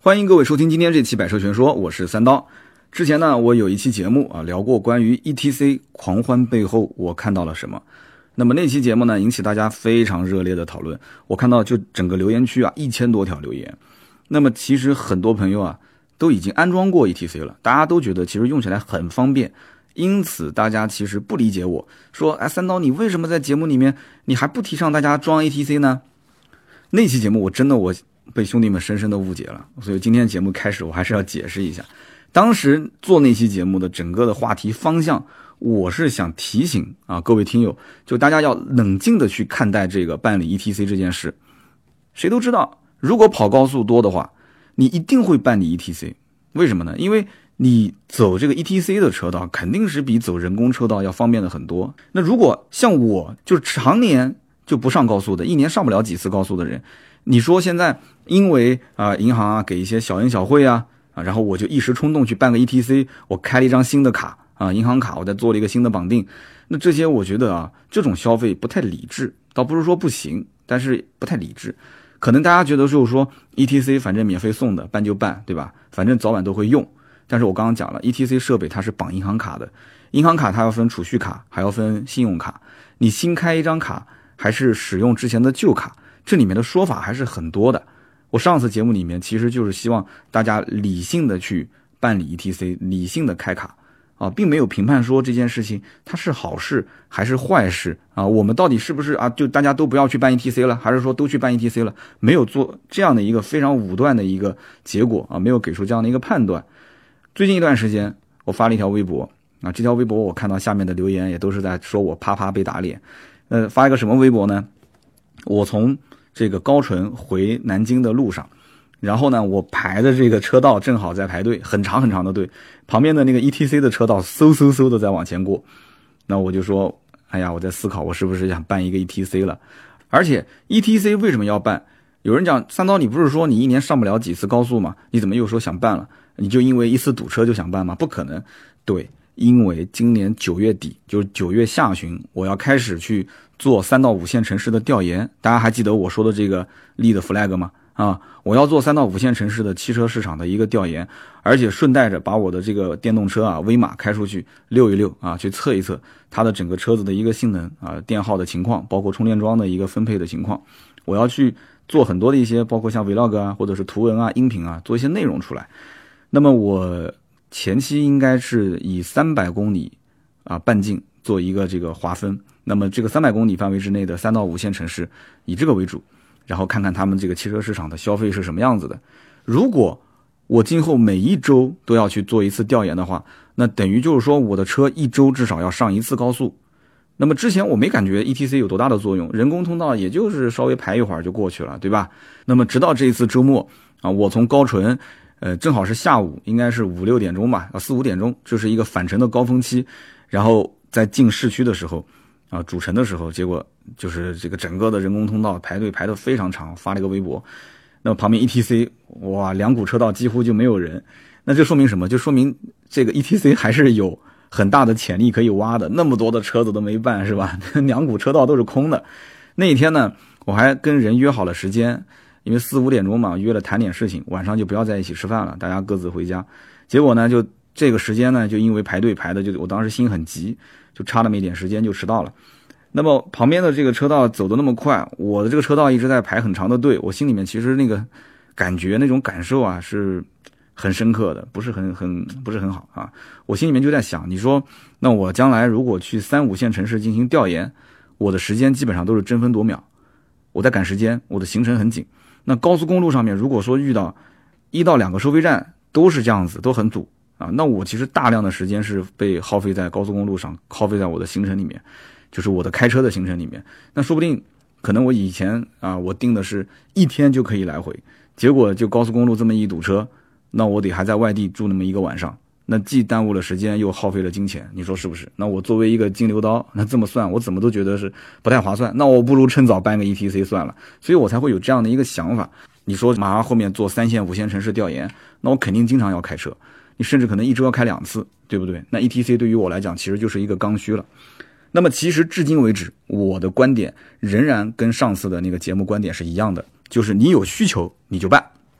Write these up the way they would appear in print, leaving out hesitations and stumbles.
欢迎各位收听今天这期百车全说，我是三刀。之前呢，我有一期节目聊过关于 ETC 狂欢背后我看到了什么。那么那期节目呢，引起大家非常热烈的讨论。我看到就整个留言区1000多条留言。那么其实很多朋友都已经安装过 ETC 了，大家都觉得其实用起来很方便。因此大家其实不理解我说，三刀你为什么在节目里面你还不提倡大家装 ETC 呢？那期节目我被兄弟们深深的误解了，所以今天节目开始我还是要解释一下。当时做那期节目的整个的话题方向，我是想提醒各位听友，就大家要冷静的去看待这个办理 ETC 这件事。谁都知道，如果跑高速多的话，你一定会办理 ETC。为什么呢？因为你走这个 ETC 的车道肯定是比走人工车道要方便的很多。那如果像我就是常年就不上高速的，一年上不了几次高速的人，你说现在因为银行给一些小恩小惠然后我就一时冲动去办个 ETC， 我开了一张新的卡银行卡，我再做了一个新的绑定。那这些我觉得这种消费不太理智，倒不是说不行，但是不太理智。可能大家觉得就是说 ETC 反正免费送的，办就办，对吧？反正早晚都会用。但是我刚刚讲了 ETC 设备它是绑银行卡的，银行卡它要分储蓄卡，还要分信用卡。你新开一张卡还是使用之前的旧卡，这里面的说法还是很多的。我上次节目里面其实就是希望大家理性的去办理 ETC， 理性的开卡并没有评判说这件事情它是好事还是坏事我们到底是不是就大家都不要去办 ETC 了，还是说都去办 ETC 了？没有做这样的一个非常武断的一个结果没有给出这样的一个判断。最近一段时间我发了一条微博这条微博我看到下面的留言也都是在说我啪啪被打脸。发一个什么微博呢？我从这个高淳回南京的路上，然后呢我排的这个车道正好在排队，很长很长的队，旁边的那个 ETC 的车道嗖的在往前过。那我就说我在思考我是不是想办一个 ETC 了。而且 ETC 为什么要办？有人讲三刀你不是说你一年上不了几次高速吗？你怎么又说想办了？你就因为一次堵车就想办吗？不可能。对，因为今年9月底就是9月下旬，我要开始去做3到5线城市的调研。大家还记得我说的这个立的 flag 吗？我要做3到5线城市的汽车市场的一个调研，而且顺带着把我的这个电动车威马开出去溜一溜去测一测它的整个车子的一个性能电耗的情况，包括充电桩的一个分配的情况。我要去做很多的一些包括像 vlog 或者是图文音频做一些内容出来。那么我前期应该是以300公里半径做一个这个划分，那么这个300公里范围之内的3到5线城市以这个为主，然后看看他们这个汽车市场的消费是什么样子的。如果我今后每一周都要去做一次调研的话，那等于就是说我的车一周至少要上一次高速。那么之前我没感觉 ETC 有多大的作用，人工通道也就是稍微排一会儿就过去了，对吧？那么直到这一次周末我从高淳正好是下午，应该是5、6点钟吧，4、5点钟，就是一个返程的高峰期。然后在进市区的时候主城的时候，结果就是这个整个的人工通道排队排得非常长，发了一个微博。那么旁边 ETC 哇，2股车道几乎就没有人。那这说明什么？就说明这个 ETC 还是有很大的潜力可以挖的，那么多的车子都没办是吧？2股车道都是空的。那一天呢，我还跟人约好了时间，因为4、5点钟嘛，约了谈点事情，晚上就不要在一起吃饭了，大家各自回家。结果呢，就这个时间呢，就因为排队排的，就我当时心很急，就差那么一点时间就迟到了。那么旁边的这个车道走得那么快，我的这个车道一直在排很长的队，我心里面其实那个感觉那种感受是很深刻的，不是很好我心里面就在想，你说那我将来如果去3、5线城市进行调研，我的时间基本上都是争分夺秒，我在赶时间，我的行程很紧。那高速公路上面如果说遇到1到2个收费站都是这样子，都很堵那我其实大量的时间是被耗费在高速公路上，耗费在我的行程里面，就是我的开车的行程里面。那说不定可能我以前我定的是1天就可以来回，结果就高速公路这么一堵车，那我得还在外地住那么1个晚上，那既耽误了时间又耗费了金钱，你说是不是？那我作为一个金牛刀，那这么算我怎么都觉得是不太划算，那我不如趁早办个 ETC 算了。所以我才会有这样的一个想法。你说马上后面做3线5线城市调研，那我肯定经常要开车，你甚至可能1周要开2次，对不对？那 ETC 对于我来讲其实就是一个刚需了。那么其实至今为止，我的观点仍然跟上次的那个节目观点是一样的，就是你有需求你就办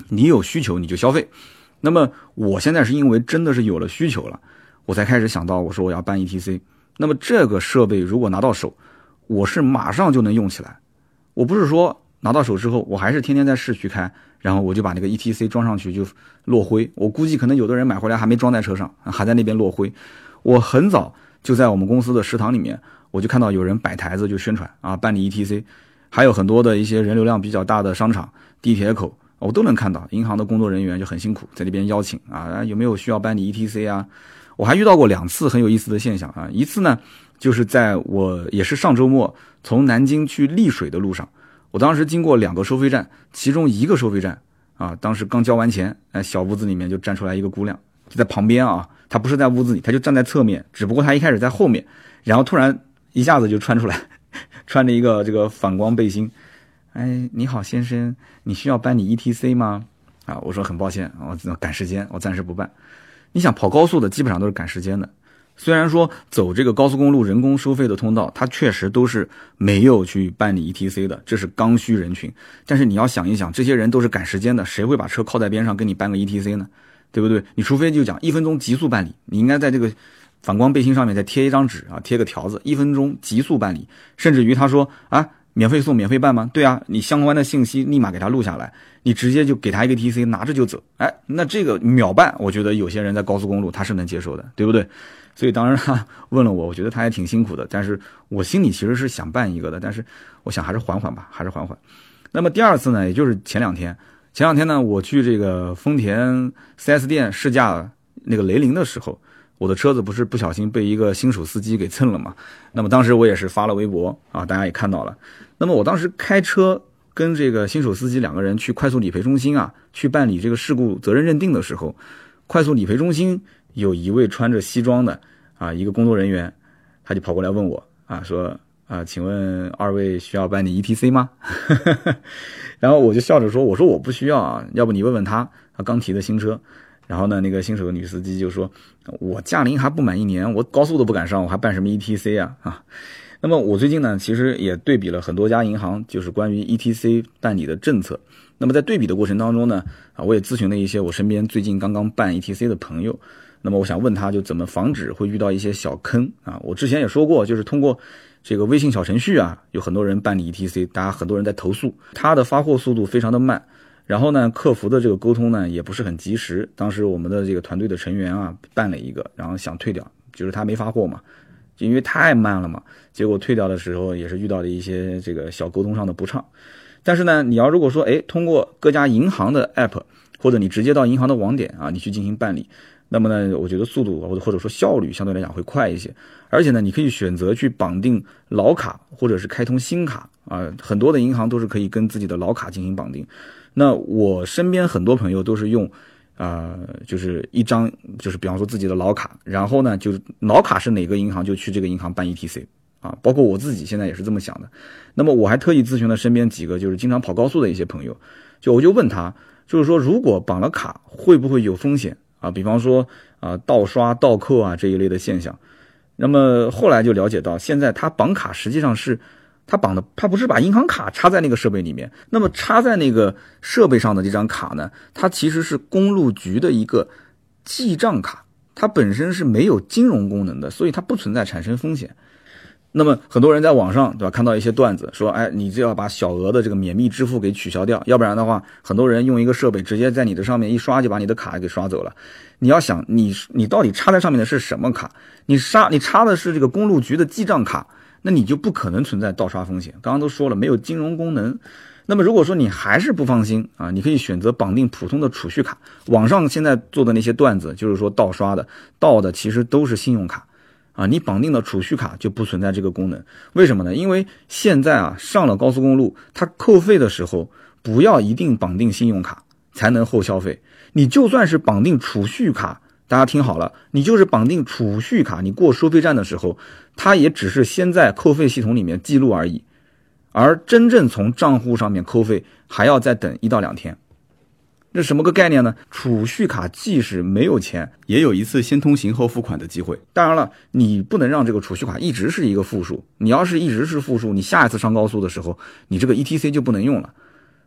你有需求你就消费。那么我现在是因为真的是有了需求了，我才开始想到我说我要办 ETC。那么这个设备如果拿到手，我是马上就能用起来。我不是说拿到手之后我还是天天在市区开，然后我就把那个 ETC 装上去就落灰。我估计可能有的人买回来还没装在车上，还在那边落灰。我很早就在我们公司的食堂里面，我就看到有人摆台子就宣传啊，办理 ETC。还有很多的一些人流量比较大的商场、地铁口，我都能看到银行的工作人员就很辛苦，在那边邀请啊，有没有需要办理 ETC 啊？我还遇到过2次很有意思的现象啊。一次呢，就是在我也是上周末从南京去丽水的路上，我当时经过2个收费站，其中一个收费站啊，当时刚交完钱，小屋子里面就站出来一个姑娘，就在旁边啊，她不是在屋子里，她就站在侧面，只不过她一开始在后面，然后突然一下子就穿出来。穿着一个这个反光背心，哎，你好先生，你需要办理 ETC 吗？啊，我说很抱歉，我赶时间，我暂时不办。你想跑高速的基本上都是赶时间的，虽然说走这个高速公路人工收费的通道，它确实都是没有去办理 ETC 的，这是刚需人群。但是你要想一想，这些人都是赶时间的，谁会把车靠在边上跟你办个 ETC 呢？对不对？你除非就讲1分钟急速办理，你应该在这个反光背心上面再贴一张纸啊，贴个条子，1分钟急速办理。甚至于他说啊，免费送免费办吗？对啊，你相关的信息立马给他录下来，你直接就给他一个 TC 拿着就走。哎，那这个秒办，我觉得有些人在高速公路他是能接受的，对不对？所以当然他问了我觉得他也挺辛苦的，但是我心里其实是想办一个的，但是我想还是缓缓吧，还是缓缓。那么第2次呢，也就是前两天呢，我去这个丰田 4S 店试驾那个雷凌的时候，我的车子不是不小心被一个新手司机给蹭了嘛？那么当时我也是发了微博啊，大家也看到了。那么我当时开车跟这个新手司机2个人去快速理赔中心啊，去办理这个事故责任认定的时候，快速理赔中心有一位穿着西装的啊一个工作人员，他就跑过来问我啊，说啊，请问2位需要办理 ETC 吗？然后我就笑着说，我说我不需要啊，要不你问问他刚提的新车。然后呢，那个新手女司机就说，我驾龄还不满1年，我高速都不敢上，我还办什么 ETC 啊。那么我最近呢，其实也对比了很多家银行，就是关于 ETC 办理的政策。那么在对比的过程当中呢，我也咨询了一些我身边最近刚刚办 ETC 的朋友。那么我想问他就怎么防止会遇到一些小坑啊。我之前也说过，就是通过这个微信小程序啊，有很多人办理 ETC， 大家很多人在投诉，他的发货速度非常的慢。然后呢，客服的这个沟通呢也不是很及时。当时我们的这个团队的成员啊办了一个，然后想退掉，就是他没发货嘛，因为太慢了嘛。结果退掉的时候也是遇到了一些这个小沟通上的不畅。但是呢，你要如果说通过各家银行的 app 或者你直接到银行的网点啊，你去进行办理，那么呢，我觉得速度或者说效率相对来讲会快一些。而且呢，你可以选择去绑定老卡或者是开通新卡啊，很多的银行都是可以跟自己的老卡进行绑定。那我身边很多朋友都是用就是一张，就是比方说自己的老卡，然后呢就老卡是哪个银行就去这个银行办 ETC 啊，包括我自己现在也是这么想的。那么我还特意咨询了身边几个就是经常跑高速的一些朋友，我就问他，就是说如果绑了卡会不会有风险啊？比方说盗刷盗扣啊这一类的现象。那么后来就了解到，现在他绑卡实际上是他不是把银行卡插在那个设备里面，那么插在那个设备上的这张卡呢，它其实是公路局的一个记账卡，它本身是没有金融功能的，所以它不存在产生风险。那么很多人在网上对吧，看到一些段子说，你就要把小额的这个免密支付给取消掉，要不然的话，很多人用一个设备直接在你的上面一刷就把你的卡给刷走了。你要想你到底插在上面的是什么卡？你插的是这个公路局的记账卡，那你就不可能存在盗刷风险。刚刚都说了，没有金融功能。那么如果说你还是不放心啊，你可以选择绑定普通的储蓄卡。网上现在做的那些段子，就是说盗刷的、盗的其实都是信用卡啊。你绑定的储蓄卡就不存在这个功能。为什么呢？因为现在上了高速公路，它扣费的时候不要一定绑定信用卡才能后消费。你就算是绑定储蓄卡，大家听好了，你就是绑定储蓄卡，你过收费站的时候，它也只是先在扣费系统里面记录而已，而真正从账户上面扣费还要再等1到2天。这什么个概念呢？储蓄卡即使没有钱，也有一次先通行后付款的机会。当然了，你不能让这个储蓄卡一直是一个负数，你要是一直是负数，你下一次上高速的时候，你这个 ETC 就不能用了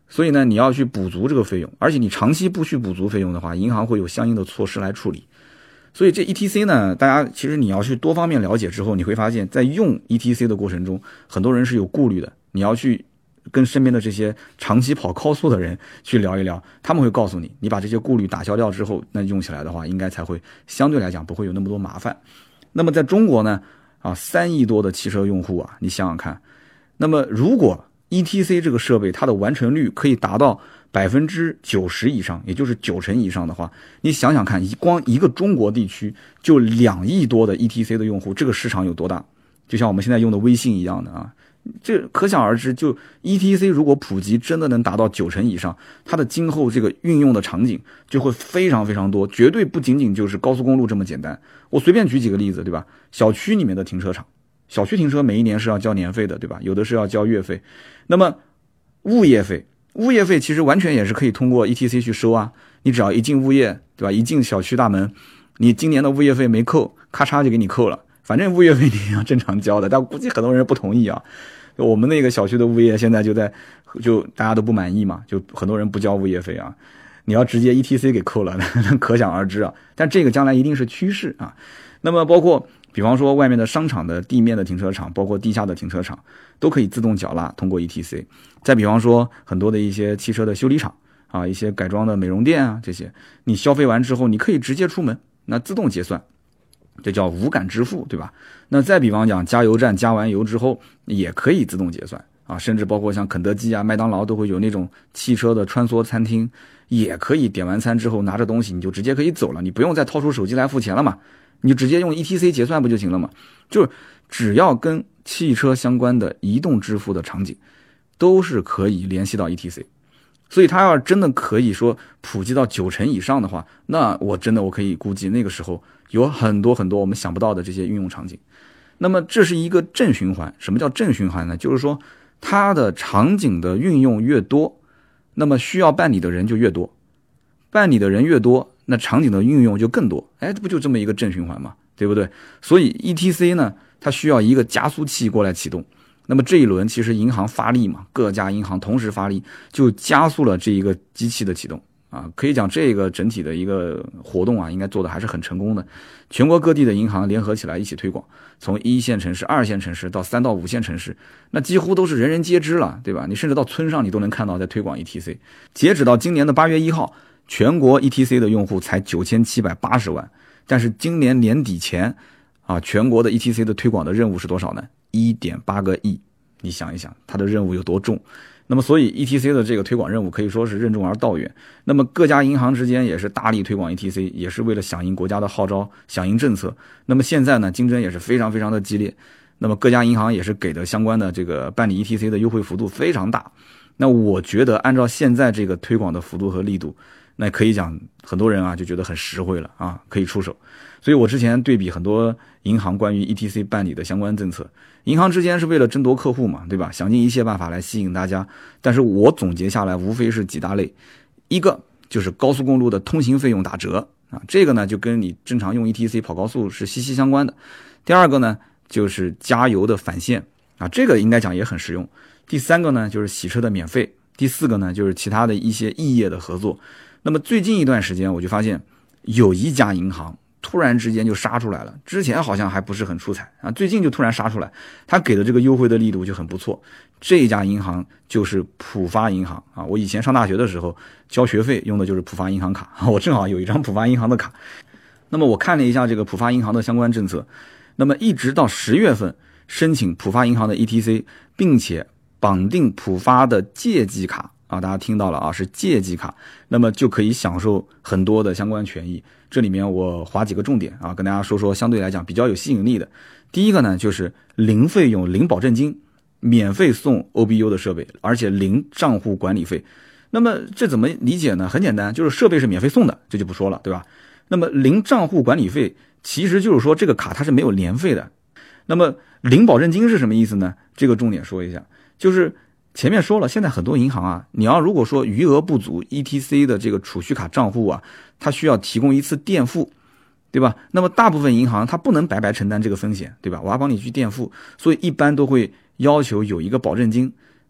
所以呢，你要去补足这个费用，而且你长期不去补足费用的话，银行会有相应的措施来处理。所以这 ETC 呢，大家其实你要去多方面了解之后，你会发现在用 ETC 的过程中，很多人是有顾虑的。你要去跟身边的这些长期跑高速的人去聊一聊，他们会告诉你，你把这些顾虑打消掉之后，那用起来的话，应该才会相对来讲不会有那么多麻烦。那么在中国呢，3亿多的汽车用户啊，你想想看，那么如果 ETC 这个设备它的完成率可以达到90%以上，也就是90%以上的话，你想想看，光一个中国地区就2亿多的 ETC 的用户，这个市场有多大？就像我们现在用的微信一样的啊，这可想而知，就 ETC 如果普及真的能达到90%以上，它的今后这个运用的场景就会非常非常多，绝对不仅仅就是高速公路这么简单。我随便举几个例子，对吧？小区里面的停车场，小区停车每一年是要交年费的，对吧？有的是要交月费。那么物业费其实完全也是可以通过 ETC 去收啊。你只要一进物业，对吧？一进小区大门，你今年的物业费没扣，咔嚓就给你扣了。反正物业费你要正常交的，但估计很多人不同意啊。我们那个小区的物业现在就大家都不满意嘛，就很多人不交物业费啊。你要直接 ETC 给扣了，可想而知啊。但这个将来一定是趋势啊。那么包括比方说外面的商场的地面的停车场，包括地下的停车场，都可以自动缴纳，通过 ETC。再比方说很多的一些汽车的修理厂啊，一些改装的美容店啊，这些你消费完之后，你可以直接出门，那自动结算，这叫无感支付，对吧？那再比方讲，加油站加完油之后也可以自动结算啊，甚至包括像肯德基啊、麦当劳都会有那种汽车的穿梭餐厅，也可以点完餐之后拿着东西你就直接可以走了，你不用再掏出手机来付钱了嘛，你就直接用 ETC 结算不就行了嘛？就是只要跟汽车相关的移动支付的场景，都是可以联系到 ETC。所以它要真的可以说普及到90%以上的话，那我可以估计那个时候有很多很多我们想不到的这些运用场景。那么这是一个正循环。什么叫正循环呢？就是说它的场景的运用越多，那么需要办理的人就越多，办理的人越多，那场景的运用就更多。这不就这么一个正循环吗？对不对？所以 ETC 呢，它需要一个加速器过来启动。那么这一轮其实银行发力嘛，各家银行同时发力，就加速了这一个机器的启动啊。可以讲这个整体的一个活动啊，应该做的还是很成功的。全国各地的银行联合起来一起推广，从1线城市、2线城市到3到5线城市，那几乎都是人人皆知了，对吧？你甚至到村上你都能看到在推广 ETC。截止到今年的8月1号，全国 ETC 的用户才9780万，但是今年年底前啊，全国的 ETC 的推广的任务是多少呢？1.8个亿，你想一想，它的任务有多重？那么，所以 ETC 的这个推广任务可以说是任重而道远。那么各家银行之间也是大力推广 ETC， 也是为了响应国家的号召，响应政策。那么现在呢，竞争也是非常非常的激烈。那么各家银行也是给的相关的这个办理 ETC 的优惠幅度非常大。那我觉得按照现在这个推广的幅度和力度，那可以讲很多人啊就觉得很实惠了啊，可以出手。所以我之前对比很多银行关于 ETC 办理的相关政策，银行之间是为了争夺客户嘛，对吧？想尽一切办法来吸引大家。但是我总结下来无非是几大类，一个就是高速公路的通行费用打折啊，这个呢就跟你正常用 ETC 跑高速是息息相关的。第二个呢就是加油的返现啊，这个应该讲也很实用。第三个呢就是洗车的免费。第四个呢就是其他的一些异业的合作。那么最近一段时间我就发现有一家银行突然之间就杀出来了，之前好像还不是很出彩啊，最近就突然杀出来，他给的这个优惠的力度就很不错。这家银行就是浦发银行啊，我以前上大学的时候交学费用的就是浦发银行卡，我正好有一张浦发银行的卡。那么我看了一下这个浦发银行的相关政策，那么一直到10月份申请浦发银行的 ETC， 并且绑定浦发的借记卡啊，大家听到了啊，是借记卡，那么就可以享受很多的相关权益。这里面我划几个重点啊，跟大家说说相对来讲比较有吸引力的。第一个呢，就是零费用、零保证金，免费送 OBU 的设备，而且零账户管理费。那么这怎么理解呢？很简单，就是设备是免费送的，这就不说了，对吧？那么零账户管理费，其实就是说这个卡它是没有年费的。那么零保证金是什么意思呢？这个重点说一下，就是前面说了，现在很多银行啊，你要如果说余额不足 ETC 的这个储蓄卡账户啊，它需要提供一次垫付，对吧？那么大部分银行它不能白白承担这个风险，对吧？我要帮你去垫付，所以一般都会要求有一个保证金。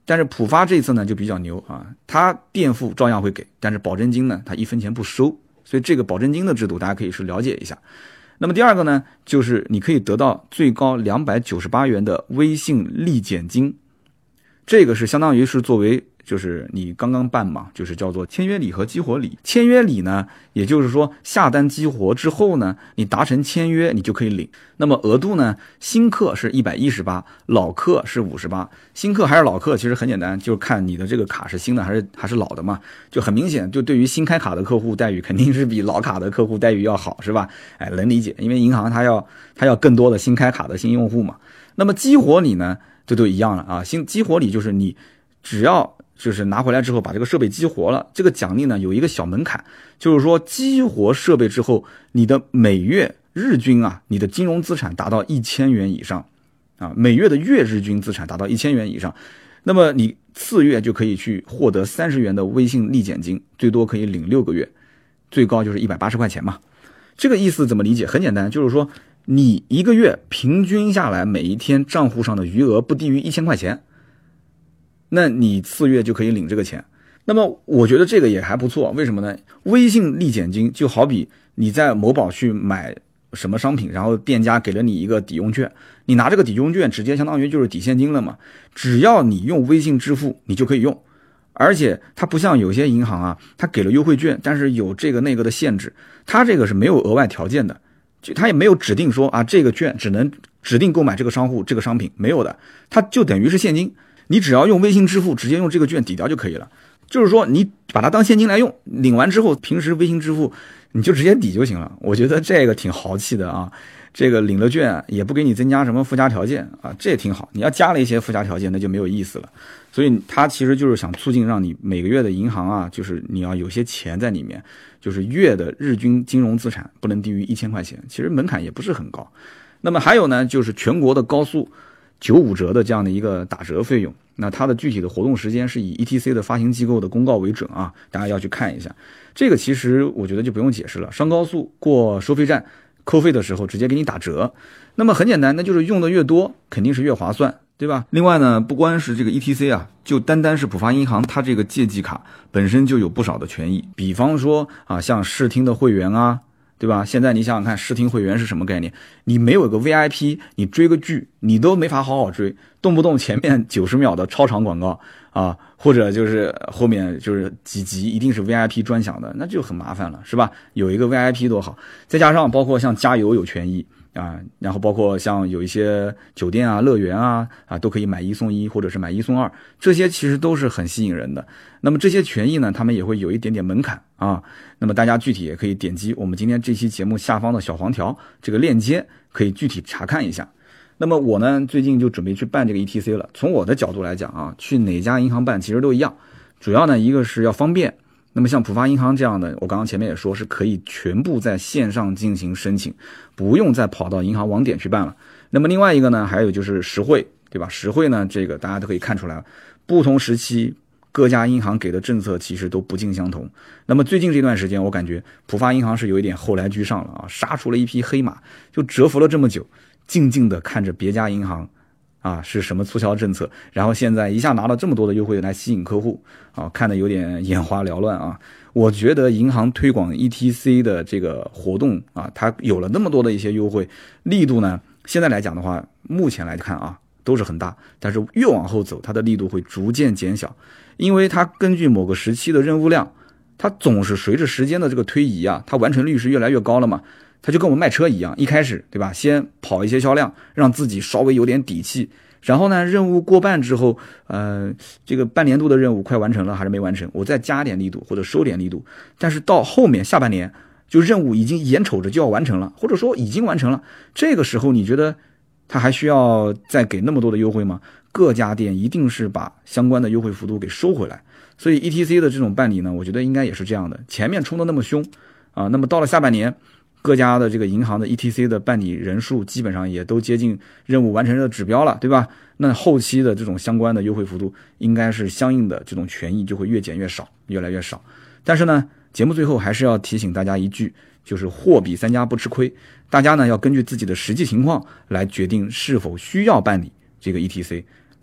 但是浦发这次呢就比较牛啊，它垫付照样会给，但是保证金呢它1分钱不收，所以这个保证金的制度大家可以去了解一下。那么第二个呢，就是你可以得到最高298元的微信立减金，这个是相当于是作为就是你刚刚办嘛，就是叫做签约礼和激活礼。签约礼呢，也就是说下单激活之后呢，你达成签约你就可以领。那么额度呢，新客是118，老客是58。新客还是老客其实很简单，就是看你的这个卡是新的还是老的嘛。就很明显，就对于新开卡的客户待遇肯定是比老卡的客户待遇要好，是吧？哎，能理解，因为银行它要更多的新开卡的新用户嘛。那么激活礼呢，这都一样了啊。激活礼就是你只要就是拿回来之后把这个设备激活了，这个奖励呢有一个小门槛，就是说激活设备之后，你的每月日均啊，你的金融资产达到1000元以上啊，每月的月日均资产达到1000元以上，那么你次月就可以去获得30元的微信立减金，最多可以领6个月，最高就是180块钱嘛。这个意思怎么理解？很简单，就是说你一个月平均下来每一天账户上的余额不低于1000块钱，那你次月就可以领这个钱。那么我觉得这个也还不错，为什么呢？微信立减金就好比你在某宝去买什么商品，然后店家给了你一个抵用券，你拿这个抵用券直接相当于就是抵现金了嘛，只要你用微信支付你就可以用。而且它不像有些银行啊，它给了优惠券，但是有这个那个的限制，它这个是没有额外条件的，就它也没有指定说啊这个券只能指定购买这个商户这个商品，没有的，它就等于是现金，你只要用微信支付直接用这个券抵掉就可以了。就是说你把它当现金来用，领完之后平时微信支付你就直接抵就行了。我觉得这个挺豪气的啊，这个领了券也不给你增加什么附加条件啊，这也挺好。你要加了一些附加条件那就没有意思了。所以它其实就是想促进让你每个月的银行啊，就是你要有些钱在里面，就是月的日均金融资产不能低于1000块钱，其实门槛也不是很高。那么还有呢，就是全国的高速95折的这样的一个打折费用，那它的具体的活动时间是以 ETC 的发行机构的公告为准啊，大家要去看一下。这个其实我觉得就不用解释了，上高速过收费站扣费的时候直接给你打折，那么很简单，那就是用的越多肯定是越划算，对吧？另外呢，不光是这个 ETC 啊，就单单是浦发银行它这个借记卡本身就有不少的权益，比方说啊，像视听的会员啊，对吧？现在你想想看，视听会员是什么概念？你没有个 VIP， 你追个剧你都没法好好追，动不动前面90秒的超长广告啊，或者就是后面就是几集一定是 VIP 专享的，那就很麻烦了，是吧？有一个 VIP 多好。再加上包括像加油有权益啊，然后包括像有一些酒店啊、乐园啊都可以买1送1或者是买1送2，这些其实都是很吸引人的。那么这些权益呢，他们也会有一点点门槛啊。那么大家具体也可以点击我们今天这期节目下方的小黄条这个链接，可以具体查看一下。那么我呢，最近就准备去办这个 ETC 了。从我的角度来讲啊，去哪家银行办其实都一样，主要呢一个是要方便。那么像浦发银行这样的，我刚刚前面也说是可以全部在线上进行申请，不用再跑到银行网点去办了。那么另外一个呢，还有就是实惠，对吧？实惠呢，这个大家都可以看出来，不同时期各家银行给的政策其实都不尽相同。那么最近这段时间，我感觉浦发银行是有一点后来居上了啊，杀出了一匹黑马，就蛰伏了这么久，静静的看着别家银行啊是什么促销政策，然后现在一下拿了这么多的优惠来吸引客户啊，看得有点眼花缭乱啊。我觉得银行推广 ETC 的这个活动啊，它有了那么多的一些优惠力度呢，现在来讲的话，目前来看啊都是很大，但是越往后走它的力度会逐渐减小，因为它根据某个时期的任务量，它总是随着时间的这个推移啊，它完成率是越来越高了嘛。它就跟我们卖车一样，一开始对吧，先跑一些销量，让自己稍微有点底气，然后呢任务过半之后，这个半年度的任务快完成了还是没完成，我再加点力度或者收点力度，但是到后面下半年就任务已经眼瞅着就要完成了，或者说已经完成了，这个时候你觉得他还需要再给那么多的优惠吗？各家店一定是把相关的优惠幅度给收回来。所以 ETC 的这种办理呢，我觉得应该也是这样的，前面冲得那么凶啊，那么到了下半年各家的这个银行的 ETC 的办理人数基本上也都接近任务完成的指标了，对吧？那后期的这种相关的优惠幅度应该是相应的这种权益就会越减越少，越来越少。但是呢，节目最后还是要提醒大家一句，就是货比三家不吃亏，大家呢要根据自己的实际情况来决定是否需要办理这个 ETC。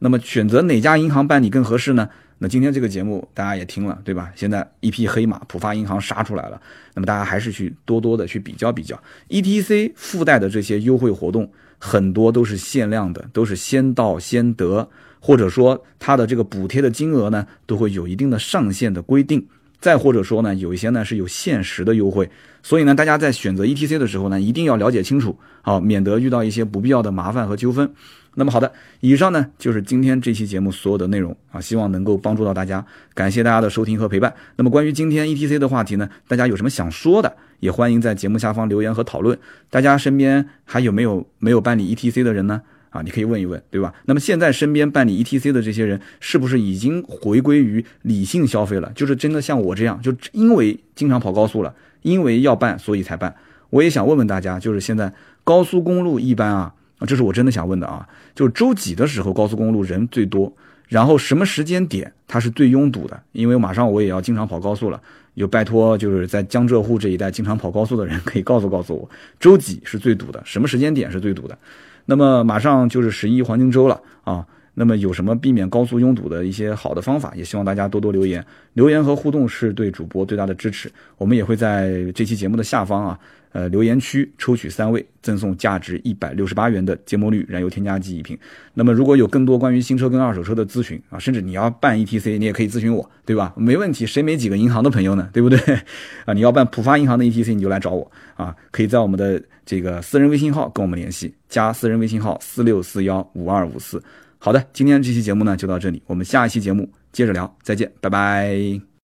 那么选择哪家银行办理更合适呢？那今天这个节目大家也听了，对吧？现在一匹黑马浦发银行杀出来了，那么大家还是去多多的去比较比较 ETC 附带的这些优惠活动，很多都是限量的，都是先到先得，或者说它的这个补贴的金额呢都会有一定的上限的规定，再或者说呢有一些呢是有限时的优惠，所以呢大家在选择 ETC 的时候呢一定要了解清楚，免得遇到一些不必要的麻烦和纠纷。那么好的，以上呢就是今天这期节目所有的内容希望能够帮助到大家，感谢大家的收听和陪伴。那么关于今天 ETC 的话题呢，大家有什么想说的，也欢迎在节目下方留言和讨论。大家身边还有没有办理 ETC 的人呢？你可以问一问，对吧？那么现在身边办理 ETC 的这些人，是不是已经回归于理性消费了？就是真的像我这样，就因为经常跑高速了，因为要办所以才办。我也想问问大家，就是现在高速公路一般这是我真的想问的就是周几的时候高速公路人最多，然后什么时间点它是最拥堵的？因为马上我也要经常跑高速了，有拜托就是在江浙沪这一带经常跑高速的人可以告诉我，周几是最堵的，什么时间点是最堵的。那么马上就是11黄金周了那么有什么避免高速拥堵的一些好的方法，也希望大家多多留言和互动，是对主播最大的支持。我们也会在这期节目的下方留言区抽取3位，赠送价值168元的节末绿燃油添加剂1瓶。那么如果有更多关于新车跟二手车的咨询甚至你要办 ETC 你也可以咨询我，对吧？没问题，谁没几个银行的朋友呢，对不对你要办浦发银行的 ETC 你就来找我可以在我们的这个私人微信号跟我们联系，加私人微信号46415254。好的，今天这期节目呢就到这里，我们下一期节目接着聊，再见，拜拜。